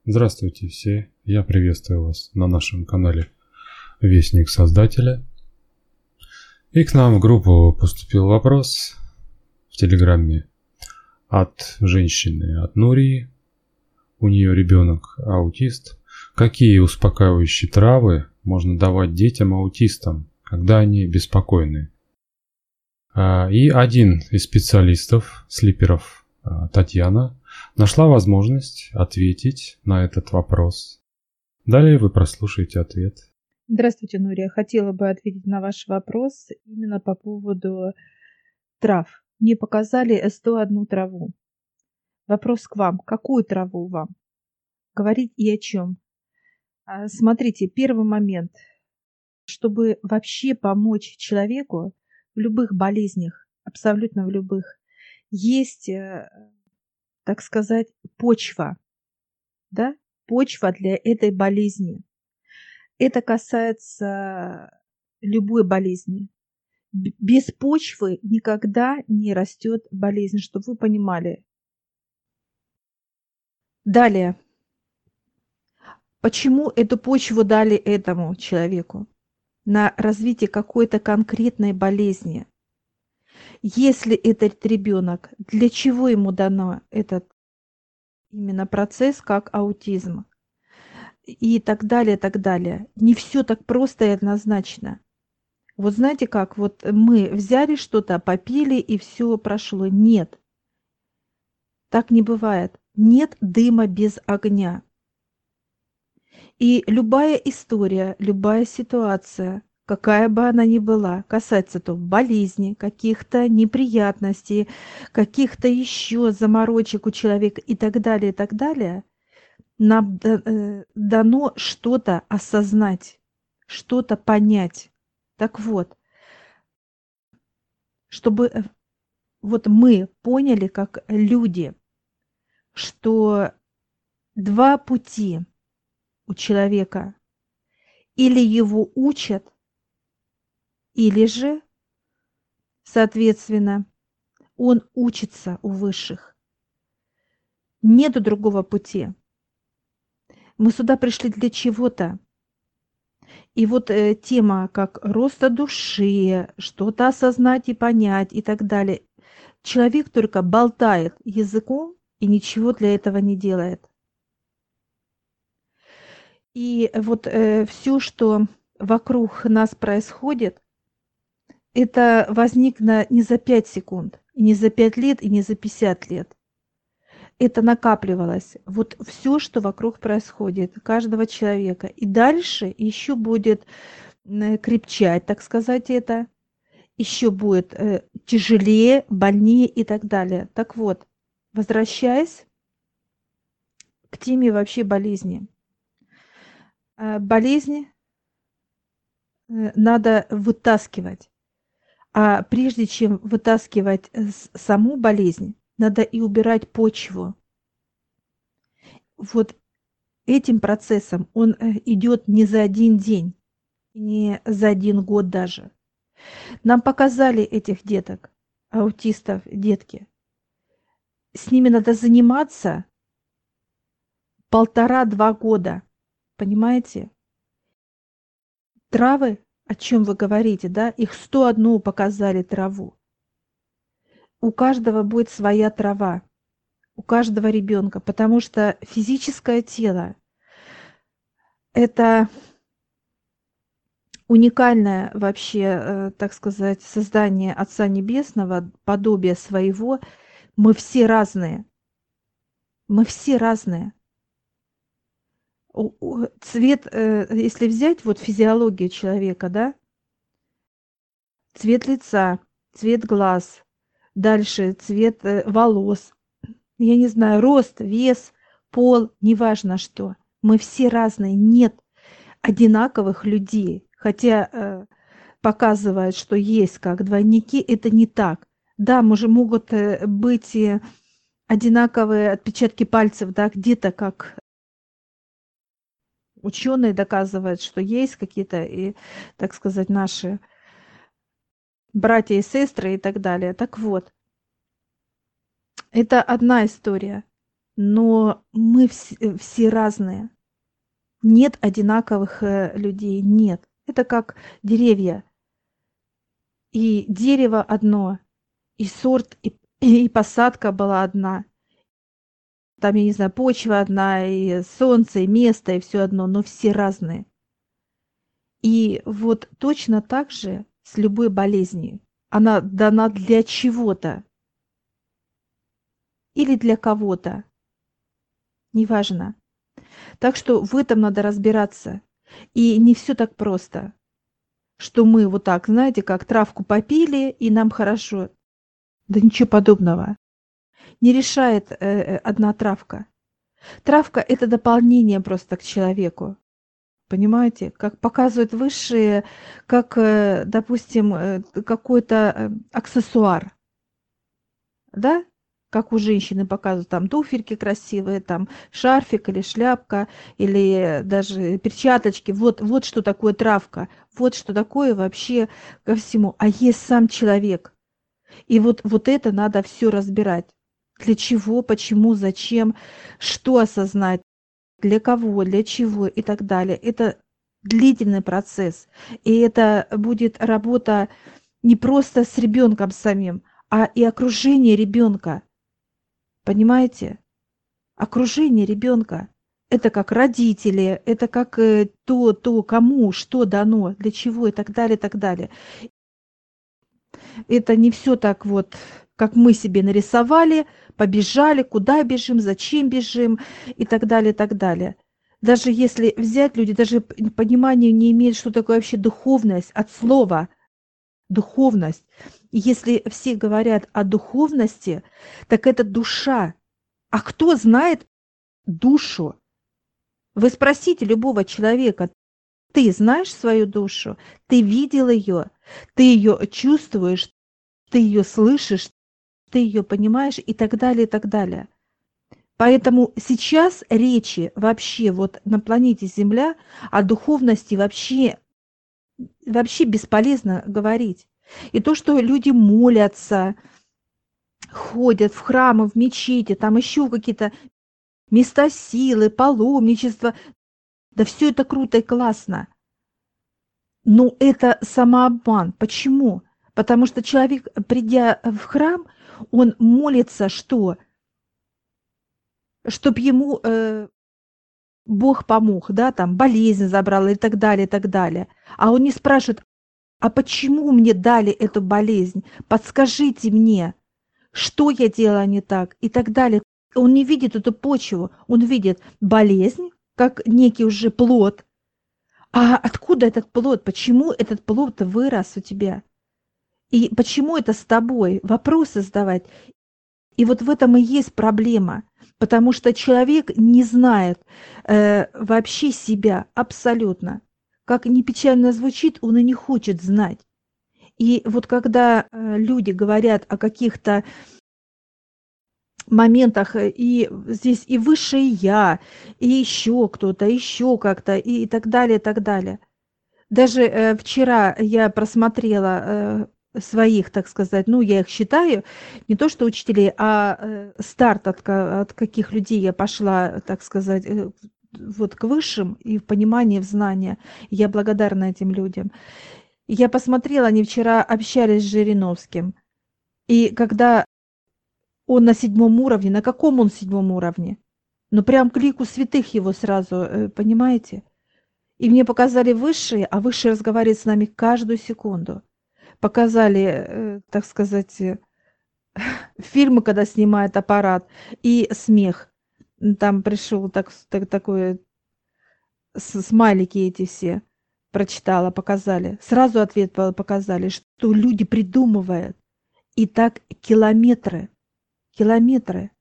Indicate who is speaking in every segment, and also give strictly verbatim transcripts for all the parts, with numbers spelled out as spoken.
Speaker 1: Здравствуйте все, я приветствую вас на нашем канале Вестник Создателя. И к нам в группу поступил вопрос в Телеграме от женщины, от Нурии. У нее ребенок аутист. Какие успокаивающие травы можно давать детям-аутистам, когда они беспокойны? И один из специалистов, слиперов, Татьяна, нашла возможность ответить на этот вопрос. Далее вы прослушаете ответ.
Speaker 2: Здравствуйте, Нурия. Хотела бы ответить на ваш вопрос именно по поводу трав. Мне показали сто одну траву. Вопрос к вам. Какую траву вам? Говорить и о чем? Смотрите, первый момент. Чтобы вообще помочь человеку в любых болезнях, абсолютно в любых, есть, так сказать, почва. Да? Почва для этой болезни. Это касается любой болезни. Без почвы никогда не растет болезнь, чтобы вы понимали. Далее. Почему эту почву дали этому человеку? На развитие какой-то конкретной болезни. Если этот ребенок, для чего ему дано этот именно процесс, как аутизм? И так далее, так далее. Не все так просто и однозначно. Вот знаете как, вот мы взяли что-то, попили и все прошло. Нет. Так не бывает. Нет дыма без огня. И любая история, любая ситуация, какая бы она ни была, касается то болезни, каких-то неприятностей, каких-то еще заморочек у человека и так далее, и так далее, нам дано что-то осознать, что-то понять. Так вот, чтобы вот мы поняли, как люди, что два пути у человека. Или его учат, или же, соответственно, он учится у высших. Нету другого пути. Мы сюда пришли для чего-то. И вот э, тема как роста души, что-то осознать и понять и так далее. Человек только болтает языком и ничего для этого не делает. И вот э, все, что вокруг нас происходит, это возникло не за пять секунд, и не за пять лет, и не за пятьдесят лет. Это накапливалось. Вот все, что вокруг происходит, каждого человека. И дальше еще будет э, крепчать, так сказать, это. Еще будет э, тяжелее, больнее и так далее. Так вот, возвращаясь к теме вообще болезни. Э, болезни э, надо вытаскивать. А прежде чем вытаскивать э, саму болезнь, надо и убирать почву. Вот этим процессом он э, идет не за один день, не за один год даже. Нам показали этих деток, аутистов, детки. С ними надо заниматься полтора-два года, понимаете? Травы, о чем вы говорите, да, их сто одну показали траву. У каждого будет своя трава, у каждого ребенка, потому что физическое тело – это уникальное вообще, э, так сказать, создание Отца Небесного, подобие своего. Мы все разные. Мы все разные. У- у- Цвет, э, если взять вот физиологию человека, да, цвет лица, цвет глаз, дальше цвет э, волос, я не знаю, рост, вес, пол, неважно что. Мы все разные. Нет одинаковых людей. Хотя э, показывает, что есть как двойники, это не так. Да, может, могут э, быть и одинаковые отпечатки пальцев, да, где-то как ученые доказывают, что есть какие-то, и, так сказать, наши братья и сестры и так далее. Так вот, это одна история. но мы вс э, все разные. Нет одинаковых, э, людей, нет. Это как деревья. И дерево одно, и сорт, и и посадка была одна. Там, я не знаю, почва одна, и солнце, и место, и все одно, но все разные. И вот точно так же с любой болезнью. Она дана для чего-то или для кого-то, неважно. Так что в этом надо разбираться. И не все так просто, что мы вот так, знаете, как травку попили, и нам хорошо. Да ничего подобного. Не решает, э, э, одна травка. Травка- это дополнение просто к человеку. Понимаете? Как показывают высшие, как, э, допустим, э, какой-то, э, аксессуар, да? Как у женщины показывают, там туфельки красивые, там шарфик или шляпка, или даже перчаточки. Вот вот что такое травка, вот что такое вообще ко всему. А есть сам человек. И вот вот это надо все разбирать. Для чего, почему, зачем, что осознать. Для кого, для чего и так далее. Это длительный процесс. И это будет работа не просто с ребенком самим, а и окружение ребенка. Понимаете? Окружение ребенка. Это как родители, это как э, то, то, кому, что дано, для чего и так далее, и так далее. Это не все так вот, как мы себе нарисовали, побежали, куда бежим, зачем бежим и так далее, и так далее. Даже если взять, люди даже п понимания не имеют, что такое вообще духовность от слова духовность. И если все говорят о духовности, так это душа. А кто знает душу? Вы спросите любого человека: "Ты знаешь свою душу? Ты видел ее? Ты ее чувствуешь? Ты ее слышишь? Ты ее понимаешь?" И так далее, и так далее. Поэтому сейчас речи вообще вот на планете Земля о духовности вообще вообще бесполезно говорить. И то, что люди молятся, ходят в храмы, в мечети, там еще какие-то места силы, паломничество, да все это круто и классно. Но это самообман. Почему? Потому что человек, придя в храм, он молится что? Чтоб ему, э, Бог помог, да, там болезнь забрал и так далее, и так далее. А он не спрашивает: "А почему мне дали эту болезнь? Подскажите мне, что я делала не так?" И так далее. Он не видит эту почву, он видит болезнь как некий уже плод. А откуда этот плод? Почему этот плод вырос у тебя? И почему это с тобой? Вопросы задавать. И вот в этом и есть проблема, потому что человек не знает, э, вообще себя абсолютно. Как ни печально звучит, он и не хочет знать. И вот когда, э, люди говорят о каких-то моментах, э, и здесь и высшее я, и еще кто-то, еще как-то, и так далее, и так далее. Даже, э, вчера я просмотрела, э, своих, так сказать, ну, я их считаю, не то что учителей, а, э, старт, от ка от каких людей я пошла, так сказать, э, вот к высшим и в понимание, в знания. Я благодарна этим людям. И я посмотрела, они вчера общались с Жириновским. И когда он на седьмом уровне, на каком он седьмом уровне? Ну, прям к лику святых его сразу, э, понимаете? И мне показали высшие, а высшие разговаривают с нами каждую секунду. Показали, э, так сказать, э, фильмы, когда снимает аппарат, и смех. М, там пришел так, с- так, такое, с- смайлики эти все прочитала, показали. Сразу ответ по- показали, что люди придумывают. И так километры, километры.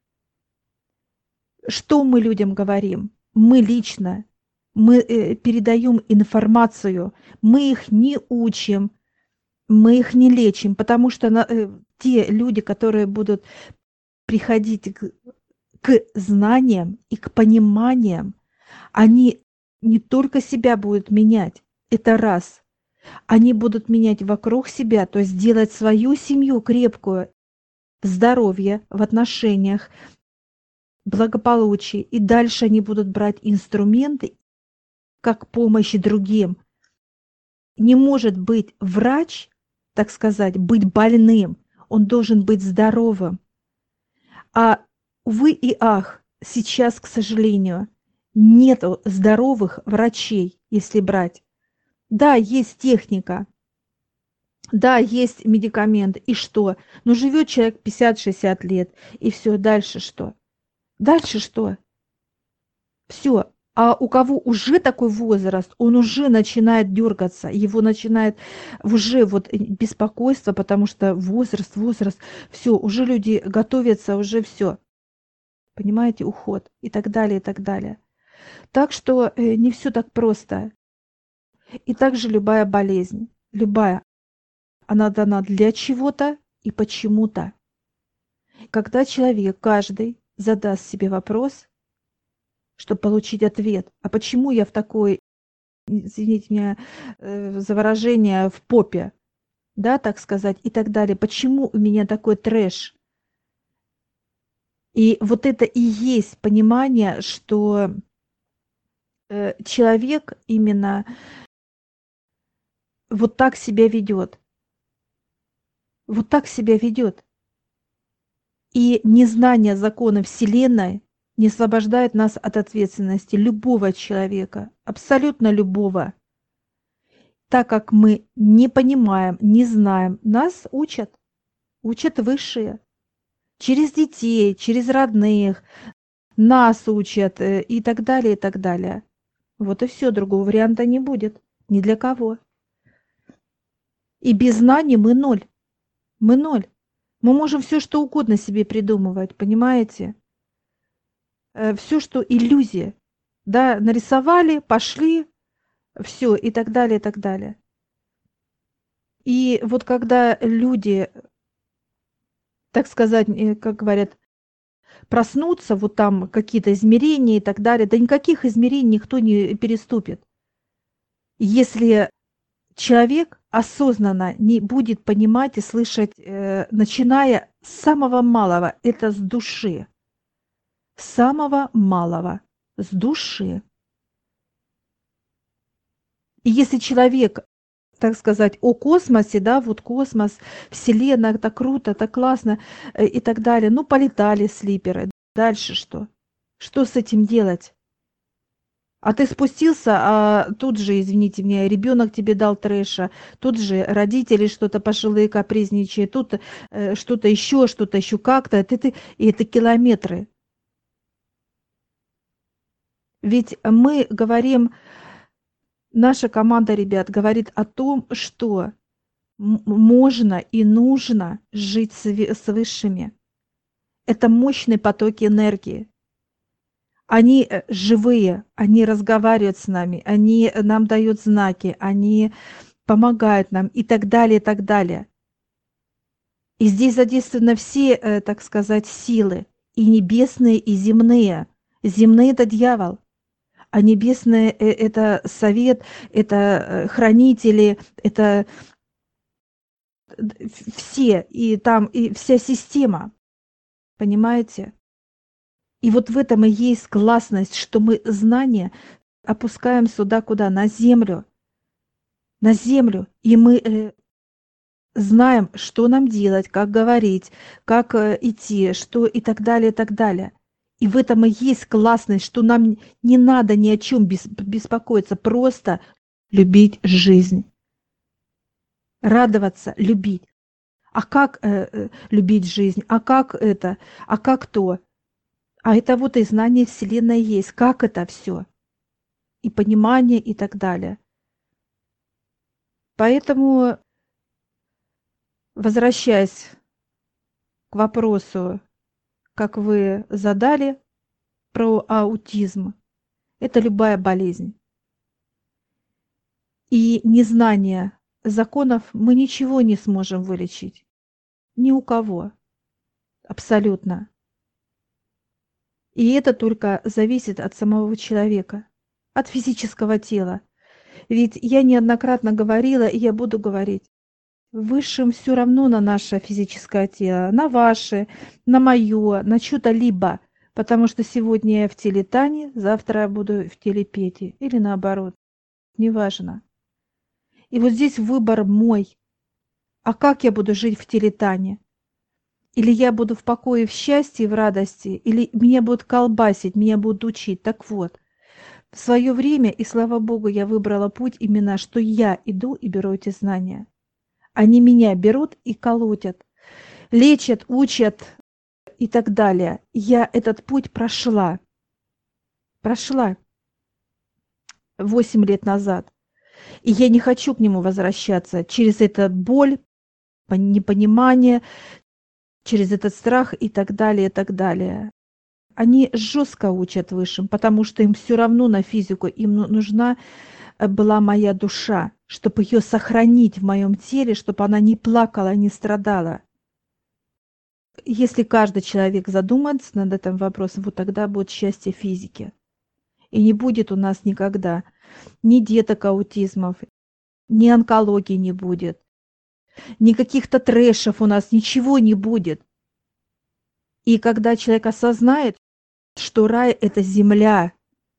Speaker 2: Что мы людям говорим? Мы лично, мы э, передаем информацию, мы их не учим, мы их не лечим, потому что на э, те люди, которые будут приходить к к знаниям и к пониманиям, они не только себя будут менять, это раз. Они будут менять вокруг себя, то есть делать свою семью крепкую в здоровье, в отношениях, благополучие, и дальше они будут брать инструменты как помощь другим. Не может быть врач, так сказать, быть больным, он должен быть здоровым. А увы и ах, сейчас, к сожалению, нету здоровых врачей, если брать. Да, есть техника, да, есть медикамент, и что? Ну, живет человек пятьдесят-шестьдесят лет, и все, дальше что? Дальше что? Все. А у кого уже такой возраст, он уже начинает дергаться, его начинает уже вот беспокойство, потому что возраст, возраст, все, уже люди готовятся, уже все, понимаете, уход и так далее, и так далее. Так что э, не все так просто. И также любая болезнь, любая, она дана для чего-то и почему-то. Когда человек, каждый, задаст себе вопрос, чтобы получить ответ, а почему я в такой, извините меня э, за выражение, в попе, да, так сказать, и так далее, почему у меня такой трэш? И вот это и есть понимание, что э, человек именно вот так себя ведет, вот так себя ведет. И незнание закона Вселенной не освобождает нас от ответственности любого человека, абсолютно любого. Так как мы не понимаем, не знаем, нас учат, учат высшие. Через детей, через родных, нас учат э, и так далее, и так далее. Вот и все, другого варианта не будет. Ни для кого. И без знаний мы ноль. Мы ноль. Мы можем все что угодно себе придумывать, понимаете? Все, что иллюзия. Да, нарисовали, пошли, все, и так далее, и так далее. И вот когда люди, так сказать, э, как говорят, проснутся, вот там какие-то измерения и так далее, да никаких измерений никто не переступит. Если человек осознанно не будет понимать и слышать, э, начиная с самого малого, это с души, с самого малого, с души. И если человек, так сказать, о космосе, да, вот космос, Вселенная, так круто, так классно э, и так далее, ну, полетали слиперы, дальше что? Что с этим делать? А ты спустился, а тут же, извините меня, ребенок тебе дал трэша, тут же родители что-то пожилые капризничают, тут э, что-то еще, что-то еще как-то, ты, ты, и это километры. Ведь мы говорим, наша команда ребят говорит о том, что м- можно и нужно жить с, ви- с высшими. Это мощные потоки энергии. Они э, живые, они разговаривают с нами, они нам дают знаки, они помогают нам и так далее, и так далее. И здесь задействованы все, э, так сказать, силы, и небесные, и земные. Земные – это дьявол, а небесные э, – это совет, это э, хранители, это д- все, и там и вся система, понимаете? И вот в этом и есть классность, что мы знания опускаем сюда, куда? На землю. На землю. И мы э, знаем, что нам делать, как говорить, как э, идти, что и так далее, и так далее. И в этом и есть классность, что нам не надо ни о чем бес, беспокоиться, просто любить жизнь, радоваться, любить. А как э, э, любить жизнь? А как это? А как то? А это вот и знание Вселенной есть. Как это все? И понимание и так далее. Поэтому, возвращаясь к вопросу, как вы задали про аутизм, это любая болезнь. И незнание законов мы ничего не сможем вылечить. Ни у кого. Абсолютно. И это только зависит от самого человека, от физического тела. Ведь я неоднократно говорила, и я буду говорить, высшим все равно на наше физическое тело, на ваше, на мое, на чьё-то либо. Потому что сегодня я в теле Тани, завтра я буду в теле Пети. Или наоборот. Неважно. И вот здесь выбор мой. А как я буду жить в теле Тани? Или я буду в покое, в счастье, в радости, или меня будут колбасить, меня будут учить. Так вот, в свое время, и слава Богу, я выбрала путь именно, что я иду и беру эти знания. Они меня берут и колотят, лечат, учат и так далее. Я этот путь прошла. Прошла восемь лет назад. И я не хочу к нему возвращаться через эту боль, непонимание, через этот страх и так далее, и так далее. Они жестко учат высшим, потому что им все равно на физику, им нужна была моя душа, чтобы ее сохранить в моем теле, чтобы она не плакала, не страдала. Если каждый человек задумается над этим вопросом, вот тогда будет счастье физики. И не будет у нас никогда ни деток аутизмов, ни онкологии не будет, ни каких-то трэшев у нас, ничего не будет. И когда человек осознает, что рай – это земля,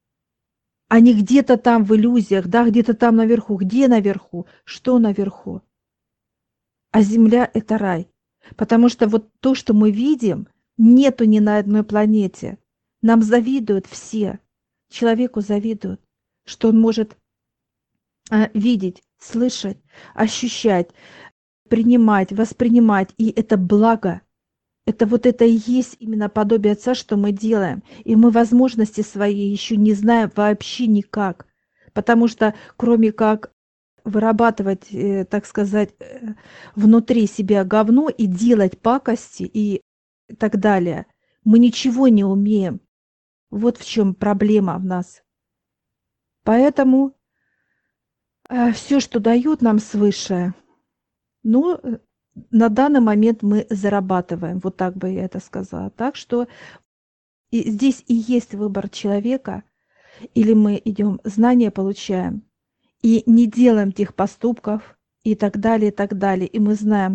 Speaker 2: а не где-то там в иллюзиях, да, где-то там наверху. Где наверху? Что наверху? А земля – это рай. Потому что вот то, что мы видим, нету ни на одной планете. Нам завидуют все. Человеку завидуют, что он может а, видеть, слышать, ощущать, принимать, воспринимать. И это благо. Это вот это и есть именно подобие Отца, что мы делаем. И мы возможности свои еще не знаем вообще никак. Потому что кроме как вырабатывать, э, так сказать, э, внутри себя говно и делать пакости и так далее, мы ничего не умеем. Вот в чем проблема в нас. Поэтому э, все, что дают нам свыше, ну, на данный момент мы зарабатываем, вот так бы я это сказала. Так что и здесь и есть выбор человека, или мы идем, знания получаем, и не делаем тех поступков, и так далее, и так далее. И мы знаем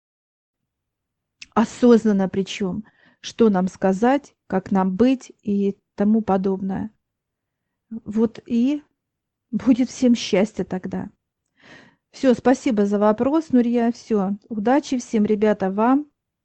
Speaker 2: осознанно причем, что нам сказать, как нам быть и тому подобное. Вот и будет всем счастье тогда. Все, спасибо за вопрос, Нурия. Все, удачи всем, ребята, вам.